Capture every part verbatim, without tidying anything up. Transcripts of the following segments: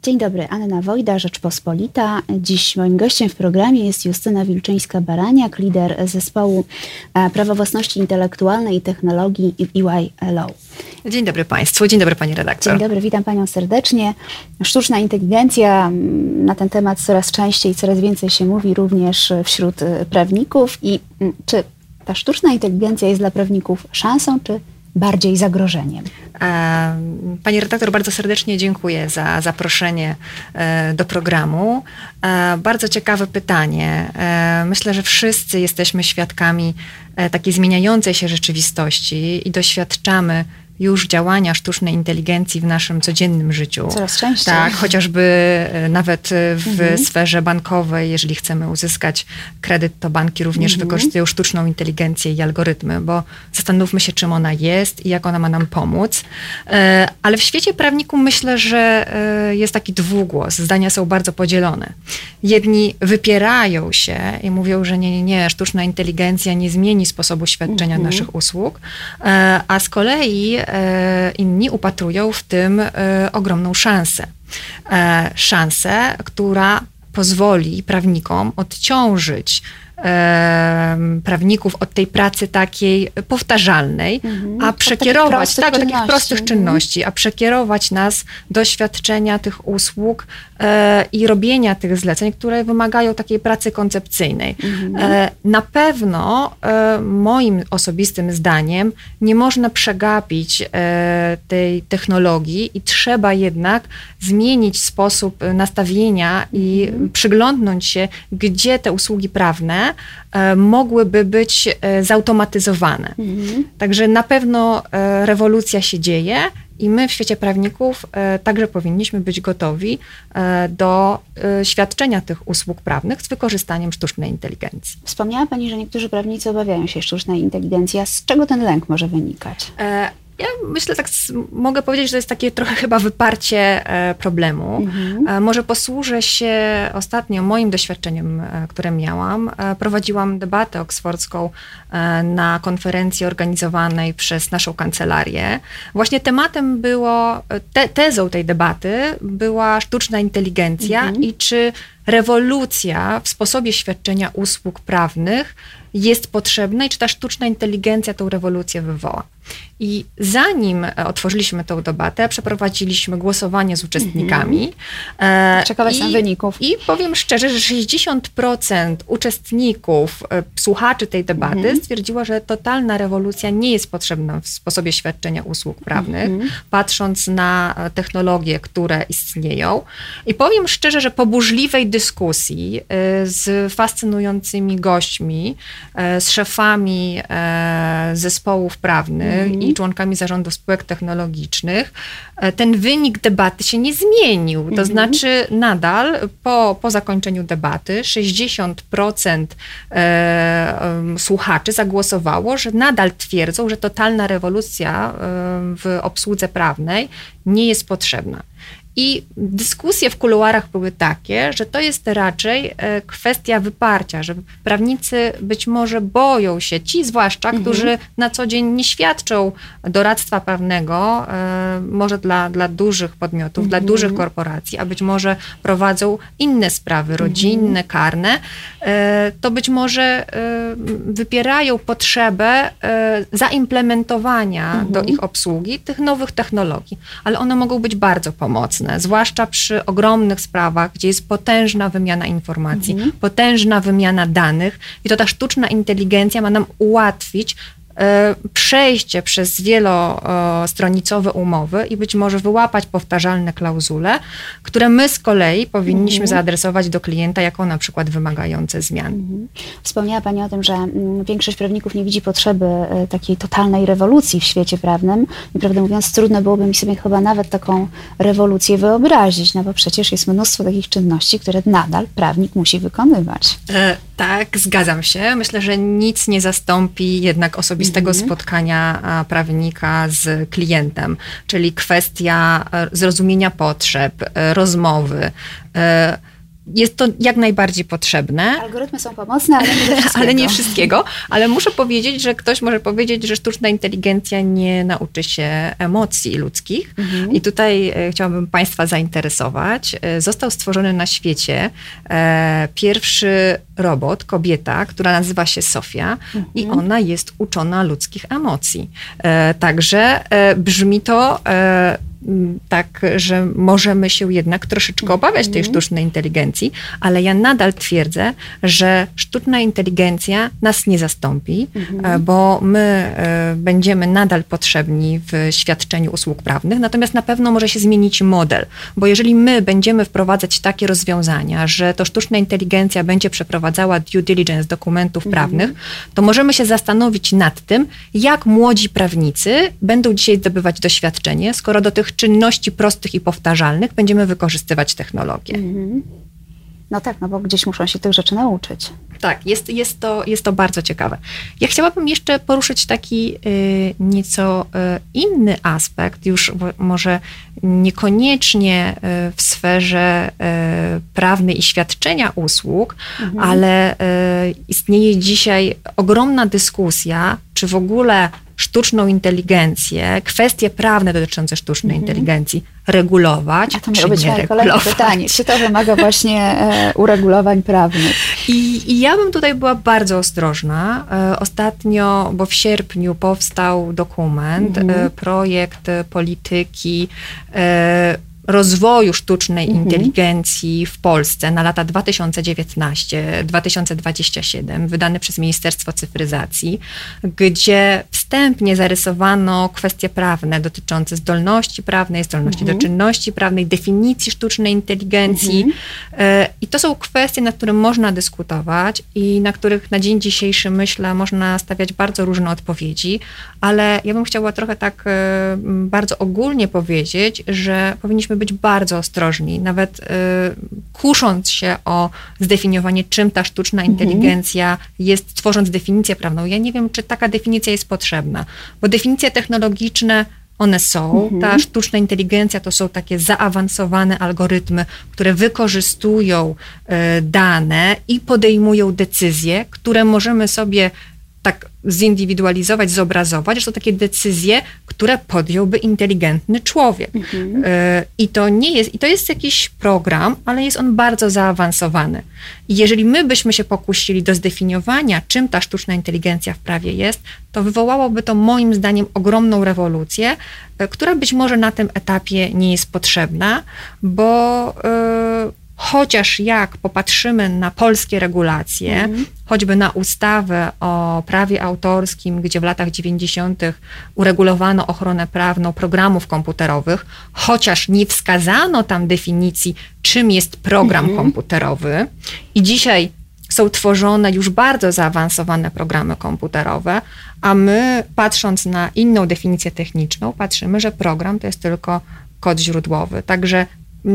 Dzień dobry, Anna Wojda, Rzeczpospolita. Dziś moim gościem w programie jest Justyna Wilczyńska-Baraniak, lider zespołu Prawo Własności Intelektualnej i Technologii E Y Law. Dzień dobry Państwu, dzień dobry Pani redaktor. Dzień dobry, witam Panią serdecznie. Sztuczna inteligencja, na ten temat coraz częściej, coraz więcej się mówi również wśród prawników. I czy ta sztuczna inteligencja jest dla prawników szansą, czy bardziej zagrożeniem? Pani redaktor, bardzo serdecznie dziękuję za zaproszenie do programu. Bardzo ciekawe pytanie. Myślę, że wszyscy jesteśmy świadkami takiej zmieniającej się rzeczywistości i doświadczamy już działania sztucznej inteligencji w naszym codziennym życiu. Coraz częściej. Tak, chociażby nawet w mhm. sferze bankowej, jeżeli chcemy uzyskać kredyt, to banki również mhm. wykorzystują sztuczną inteligencję i algorytmy, bo zastanówmy się, czym ona jest i jak ona ma nam pomóc. Ale w świecie prawników myślę, że jest taki dwugłos. Zdania są bardzo podzielone. Jedni wypierają się i mówią, że nie, nie, nie, sztuczna inteligencja nie zmieni sposobu świadczenia mhm. naszych usług, a z kolei inni upatrują w tym ogromną szansę. Szansę, która pozwoli prawnikom odciążyć prawników od tej pracy takiej powtarzalnej, mhm. a przekierować, tak, do takich prostych czynności, a przekierować nas do świadczenia tych usług e, i robienia tych zleceń, które wymagają takiej pracy koncepcyjnej. Mhm. E, na pewno e, moim osobistym zdaniem nie można przegapić e, tej technologii i trzeba jednak zmienić sposób nastawienia mhm. i przyglądnąć się, gdzie te usługi prawne mogłyby być zautomatyzowane. Mhm. Także na pewno rewolucja się dzieje i my w świecie prawników także powinniśmy być gotowi do świadczenia tych usług prawnych z wykorzystaniem sztucznej inteligencji. Wspomniała Pani, że niektórzy prawnicy obawiają się sztucznej inteligencji. A z czego ten lęk może wynikać? E- Ja myślę, tak mogę powiedzieć, że to jest takie trochę chyba wyparcie problemu. Mhm. Może posłużę się ostatnio moim doświadczeniem, które miałam. Prowadziłam debatę oksfordzką na konferencji organizowanej przez naszą kancelarię. Właśnie tematem było, te, tezą tej debaty była sztuczna inteligencja mhm. i czy rewolucja w sposobie świadczenia usług prawnych jest potrzebna i czy ta sztuczna inteligencja tą rewolucję wywoła. I zanim otworzyliśmy tę debatę, przeprowadziliśmy głosowanie z uczestnikami. Mm-hmm. Ciekawe są wyników. I powiem szczerze, że sześćdziesiąt procent uczestników, słuchaczy tej debaty mm-hmm. stwierdziło, że totalna rewolucja nie jest potrzebna w sposobie świadczenia usług prawnych, mm-hmm. patrząc na technologie, które istnieją. I powiem szczerze, że po burzliwej dyskusji z fascynującymi gośćmi, z szefami zespołów prawnych mm. i członkami zarządów spółek technologicznych, ten wynik debaty się nie zmienił. To mm. znaczy nadal po, po zakończeniu debaty sześćdziesiąt procent e, słuchaczy zagłosowało, że nadal twierdzą, że totalna rewolucja w obsłudze prawnej nie jest potrzebna. I dyskusje w kuluarach były takie, że to jest raczej kwestia wyparcia, że prawnicy być może boją się, ci zwłaszcza, mhm. którzy na co dzień nie świadczą doradztwa prawnego, może dla, dla dużych podmiotów, mhm. dla dużych korporacji, a być może prowadzą inne sprawy rodzinne, mhm. karne, to być może wypierają potrzebę zaimplementowania mhm. do ich obsługi tych nowych technologii, ale one mogą być bardzo pomocne. Zwłaszcza przy ogromnych sprawach, gdzie jest potężna wymiana informacji, mhm. potężna wymiana danych i to ta sztuczna inteligencja ma nam ułatwić przejście przez wielostronicowe umowy i być może wyłapać powtarzalne klauzule, które my z kolei powinniśmy mhm. zaadresować do klienta jako na przykład wymagające zmian. Mhm. Wspomniała Pani o tym, że większość prawników nie widzi potrzeby takiej totalnej rewolucji w świecie prawnym i prawdę mówiąc trudno byłoby mi sobie chyba nawet taką rewolucję wyobrazić, no bo przecież jest mnóstwo takich czynności, które nadal prawnik musi wykonywać. E, tak, zgadzam się. Myślę, że nic nie zastąpi jednak osobistego z tego spotkania prawnika z klientem, czyli kwestia zrozumienia potrzeb, rozmowy, jest to jak najbardziej potrzebne. Algorytmy są pomocne, ale nie wszystkiego. ale nie wszystkiego. Ale muszę powiedzieć, że ktoś może powiedzieć, że sztuczna inteligencja nie nauczy się emocji ludzkich. Mhm. I tutaj e, chciałabym Państwa zainteresować. E, został stworzony na świecie e, pierwszy robot, kobieta, która nazywa się Sofia mhm. i ona jest uczona ludzkich emocji. E, także e, brzmi to e, tak, że możemy się jednak troszeczkę obawiać tej sztucznej inteligencji, ale ja nadal twierdzę, że sztuczna inteligencja nas nie zastąpi, mhm. bo my będziemy nadal potrzebni w świadczeniu usług prawnych, natomiast na pewno może się zmienić model, bo jeżeli my będziemy wprowadzać takie rozwiązania, że to sztuczna inteligencja będzie przeprowadzała due diligence dokumentów mhm. prawnych, to możemy się zastanowić nad tym, jak młodzi prawnicy będą dzisiaj zdobywać doświadczenie, skoro do tych czynności prostych i powtarzalnych będziemy wykorzystywać technologię. Mm-hmm. No tak, no bo gdzieś muszą się tych rzeczy nauczyć. Tak, jest, jest, to, jest to bardzo ciekawe. Ja chciałabym jeszcze poruszyć taki y, nieco y, inny aspekt, już w, może niekoniecznie y, w sferze y, prawnej i świadczenia usług, mhm. ale y, istnieje dzisiaj ogromna dyskusja, czy w ogóle sztuczną inteligencję, kwestie prawne dotyczące sztucznej mhm. inteligencji regulować, A to czy miało być nie moje regulować. kolejne pytanie. Czy to wymaga właśnie e, uregulowań prawnych? I, I ja bym tutaj była bardzo ostrożna. E, ostatnio, bo w sierpniu powstał dokument, mhm. e, projekt polityki e, rozwoju sztucznej mhm. inteligencji w Polsce na lata dwa tysiące dziewiętnasty do dwa tysiące dwudziestego siódmego, wydany przez Ministerstwo Cyfryzacji, gdzie wstępnie zarysowano kwestie prawne dotyczące zdolności prawnej, zdolności mhm. do czynności prawnej, definicji sztucznej inteligencji. Mhm. I to są kwestie, nad których można dyskutować i na których na dzień dzisiejszy, myślę, można stawiać bardzo różne odpowiedzi, ale ja bym chciała trochę tak bardzo ogólnie powiedzieć, że powinniśmy być bardzo ostrożni, nawet y, kusząc się o zdefiniowanie, czym ta sztuczna inteligencja mhm. jest, tworząc definicję prawną. Ja nie wiem, czy taka definicja jest potrzebna, bo definicje technologiczne, one są. Mhm. Ta sztuczna inteligencja to są takie zaawansowane algorytmy, które wykorzystują y, dane i podejmują decyzje, które możemy sobie tak zindywidualizować, zobrazować, że są takie decyzje, które podjąłby inteligentny człowiek. Mhm. I to nie jest, i to jest jakiś program, ale jest on bardzo zaawansowany. I jeżeli my byśmy się pokusili do zdefiniowania, czym ta sztuczna inteligencja w prawie jest, to wywołałoby to moim zdaniem ogromną rewolucję, która być może na tym etapie nie jest potrzebna, bo yy, chociaż jak popatrzymy na polskie regulacje, mhm. choćby na ustawę o prawie autorskim, gdzie w latach dziewięćdziesiątych uregulowano ochronę prawną programów komputerowych, chociaż nie wskazano tam definicji, czym jest program mhm. komputerowy i dzisiaj są tworzone już bardzo zaawansowane programy komputerowe, a my, patrząc na inną definicję techniczną, patrzymy, że program to jest tylko kod źródłowy. Także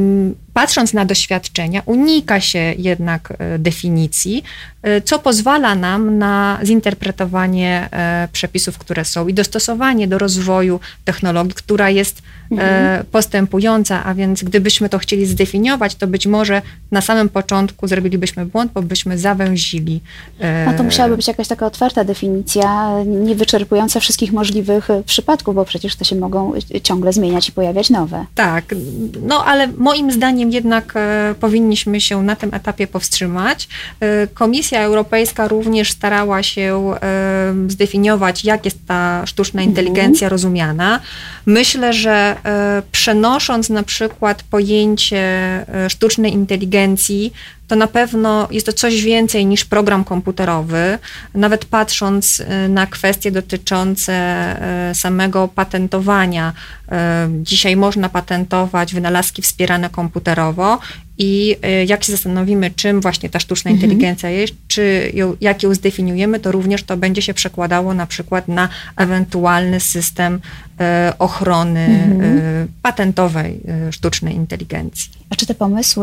patrząc na doświadczenia, unika się jednak definicji, co pozwala nam na zinterpretowanie przepisów, które są i dostosowanie do rozwoju technologii, która jest mhm. postępująca, a więc gdybyśmy to chcieli zdefiniować, to być może na samym początku zrobilibyśmy błąd, bo byśmy zawęzili. No to musiałaby być jakaś taka otwarta definicja, nie wyczerpująca wszystkich możliwych przypadków, bo przecież to się mogą ciągle zmieniać i pojawiać nowe. Tak, no ale moim zdaniem jednak e, powinniśmy się na tym etapie powstrzymać. E, Komisja Europejska również starała się e, zdefiniować, jak jest ta sztuczna inteligencja mhm. rozumiana. Myślę, że e, przenosząc na przykład pojęcie e, sztucznej inteligencji, to na pewno jest to coś więcej niż program komputerowy. Nawet patrząc na kwestie dotyczące samego patentowania, dzisiaj można patentować wynalazki wspierane komputerowo i jak się zastanowimy, czym właśnie ta sztuczna mhm. inteligencja jest, czy ją, jak ją zdefiniujemy, to również to będzie się przekładało na przykład na ewentualny system ochrony mhm. patentowej sztucznej inteligencji. A czy te pomysły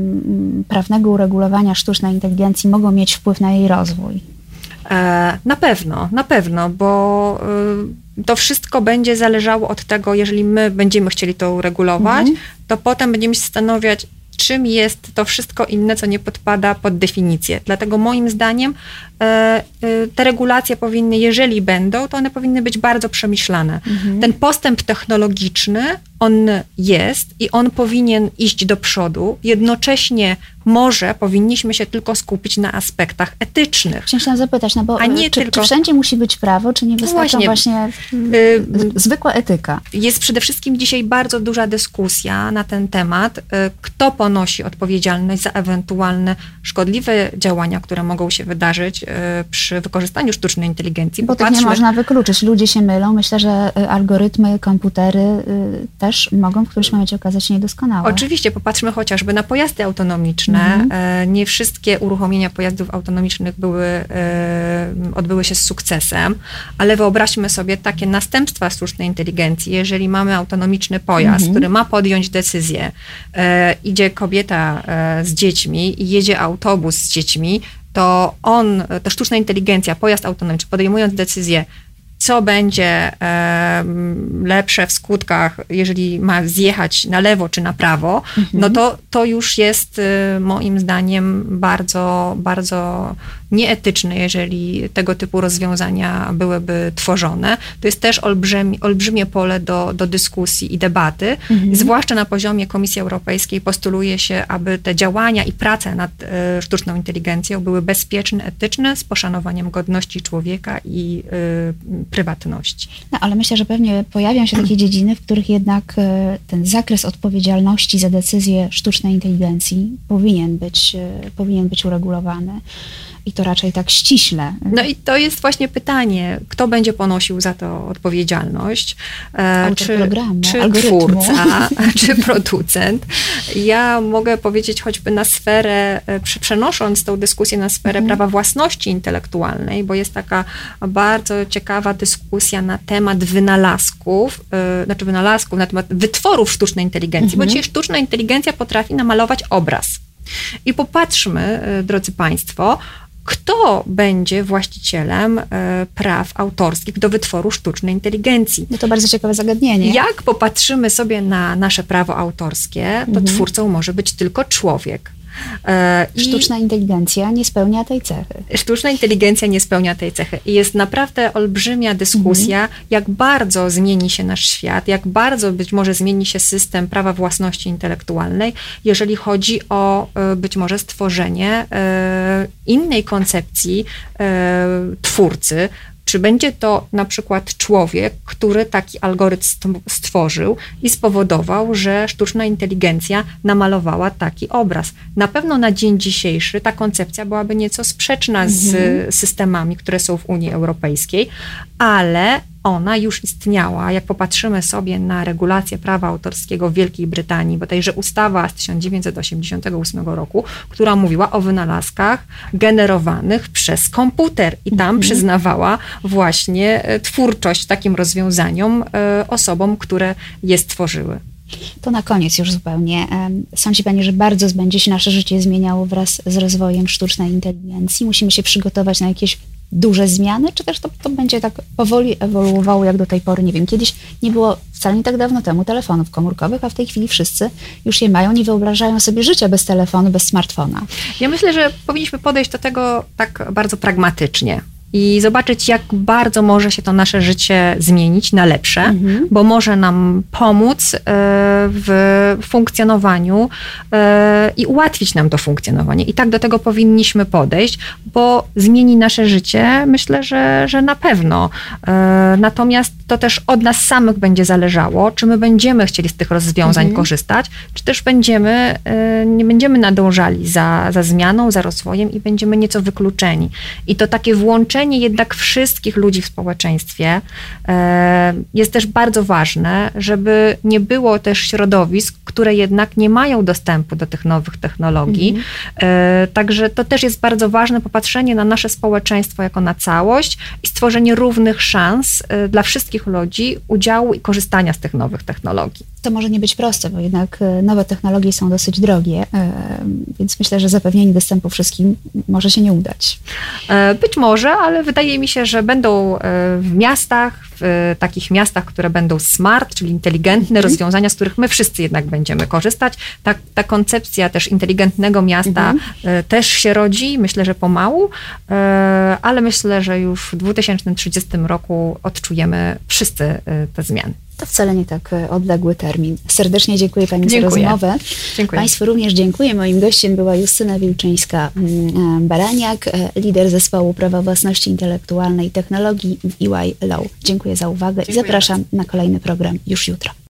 prawnego uregulowania sztucznej inteligencji mogą mieć wpływ na jej rozwój? Na pewno, na pewno, bo to wszystko będzie zależało od tego, jeżeli my będziemy chcieli to uregulować, mhm. to potem będziemy się zastanawiać, czym jest to wszystko inne, co nie podpada pod definicję. Dlatego moim zdaniem te regulacje powinny, jeżeli będą, to one powinny być bardzo przemyślane. Mhm. Ten postęp technologiczny, on jest i on powinien iść do przodu. Jednocześnie może powinniśmy się tylko skupić na aspektach etycznych. Chciałam zapytać, no bo A nie czy, tylko... czy wszędzie musi być prawo, czy nie wystarcza właśnie, właśnie y, zwykła etyka? Jest przede wszystkim dzisiaj bardzo duża dyskusja na ten temat, kto ponosi odpowiedzialność za ewentualne szkodliwe działania, które mogą się wydarzyć przy wykorzystaniu sztucznej inteligencji. Bo tych nie można wykluczyć. Ludzie się mylą. Myślę, że algorytmy, komputery też mogą w którymś momencie okazać się niedoskonałe. Oczywiście, popatrzmy chociażby na pojazdy autonomiczne. Mhm. Nie wszystkie uruchomienia pojazdów autonomicznych były, odbyły się z sukcesem, ale wyobraźmy sobie takie następstwa sztucznej inteligencji. Jeżeli mamy autonomiczny pojazd, mhm. który ma podjąć decyzję, idzie kobieta z dziećmi i jedzie autobus z dziećmi, to on, ta sztuczna inteligencja, pojazd autonomiczny, podejmując decyzję, co będzie e, lepsze w skutkach, jeżeli ma zjechać na lewo czy na prawo, mhm. no to to już jest e, moim zdaniem bardzo, bardzo nieetyczne, jeżeli tego typu rozwiązania byłyby tworzone. To jest też olbrzymi, olbrzymie pole do, do dyskusji i debaty, mhm. zwłaszcza na poziomie Komisji Europejskiej postuluje się, aby te działania i prace nad e, sztuczną inteligencją były bezpieczne, etyczne, z poszanowaniem godności człowieka i e, prywatności. No, ale myślę, że pewnie pojawią się takie dziedziny, w których jednak ten zakres odpowiedzialności za decyzje sztucznej inteligencji powinien być, powinien być uregulowany. I to raczej tak ściśle. No i to jest właśnie pytanie, kto będzie ponosił za to odpowiedzialność? Autor czy programu, czy algorytmu. twórca, czy producent? Ja mogę powiedzieć choćby na sferę, przenosząc tą dyskusję na sferę mhm. prawa własności intelektualnej, bo jest taka bardzo ciekawa dyskusja na temat wynalazków, yy, znaczy wynalazków, na temat wytworów sztucznej inteligencji, mhm. bo dzisiaj sztuczna inteligencja potrafi namalować obraz. I popatrzmy, drodzy Państwo, kto będzie właścicielem e, praw autorskich do wytworu sztucznej inteligencji. No to bardzo ciekawe zagadnienie. Jak popatrzymy sobie na nasze prawo autorskie, to mhm. twórcą może być tylko człowiek. E, Sztuczna i inteligencja nie spełnia tej cechy. Sztuczna inteligencja nie spełnia tej cechy. I jest naprawdę olbrzymia dyskusja, mhm. jak bardzo zmieni się nasz świat, jak bardzo być może zmieni się system prawa własności intelektualnej, jeżeli chodzi o być może stworzenie e, innej koncepcji e, twórcy. Czy będzie to na przykład człowiek, który taki algorytm stworzył i spowodował, że sztuczna inteligencja namalowała taki obraz. Na pewno na dzień dzisiejszy ta koncepcja byłaby nieco sprzeczna z mhm. systemami, które są w Unii Europejskiej, ale ona już istniała. Jak popatrzymy sobie na regulację prawa autorskiego w Wielkiej Brytanii, bo tejże ustawa z tysiąc dziewięćset osiemdziesiątego ósmego roku, która mówiła o wynalazkach generowanych przez komputer i tam mm-hmm. przyznawała właśnie twórczość takim rozwiązaniom e, osobom, które je stworzyły. To na koniec już zupełnie. Sądzi Pani, że bardzo będzie się nasze życie zmieniało wraz z rozwojem sztucznej inteligencji? Musimy się przygotować na jakieś duże zmiany, czy też to, to będzie tak powoli ewoluowało jak do tej pory? Nie wiem, kiedyś nie było wcale nie tak dawno temu telefonów komórkowych, a w tej chwili wszyscy już je mają, nie wyobrażają sobie życia bez telefonu, bez smartfona. Ja myślę, że powinniśmy podejść do tego tak bardzo pragmatycznie i zobaczyć, jak bardzo może się to nasze życie zmienić na lepsze, mhm. bo może nam pomóc w funkcjonowaniu i ułatwić nam to funkcjonowanie. I tak do tego powinniśmy podejść, bo zmieni nasze życie, myślę, że, że na pewno. Natomiast to też od nas samych będzie zależało, czy my będziemy chcieli z tych rozwiązań mhm. korzystać, czy też będziemy, nie będziemy nadążali za, za zmianą, za rozwojem i będziemy nieco wykluczeni. I to takie włączenie jednak wszystkich ludzi w społeczeństwie jest też bardzo ważne, żeby nie było też środowisk, które jednak nie mają dostępu do tych nowych technologii. Mhm. Także to też jest bardzo ważne popatrzenie na nasze społeczeństwo jako na całość i stworzenie równych szans dla wszystkich ludzi udziału i korzystania z tych nowych technologii. To może nie być proste, bo jednak nowe technologie są dosyć drogie, więc myślę, że zapewnienie dostępu wszystkim może się nie udać. Być może, ale wydaje mi się, że będą w miastach, w takich miastach, które będą smart, czyli inteligentne Mhm. rozwiązania, z których my wszyscy jednak będziemy korzystać. Ta, ta koncepcja też inteligentnego miasta Mhm. e, też się rodzi, myślę, że pomału, e, ale myślę, że już w dwa tysiące trzydziestym roku odczujemy wszyscy e, te zmiany. To wcale nie tak e, odległy termin. Serdecznie dziękuję Pani Dziękuję. za rozmowę. Dziękuję. Państwu również dziękuję. Moim gościem była Justyna Wilczyńska-Baraniak, e, lider zespołu Prawa Własności Intelektualnej i Technologii w E Y Law. Dziękuję za uwagę i Dziękuję zapraszam na kolejny program już jutro.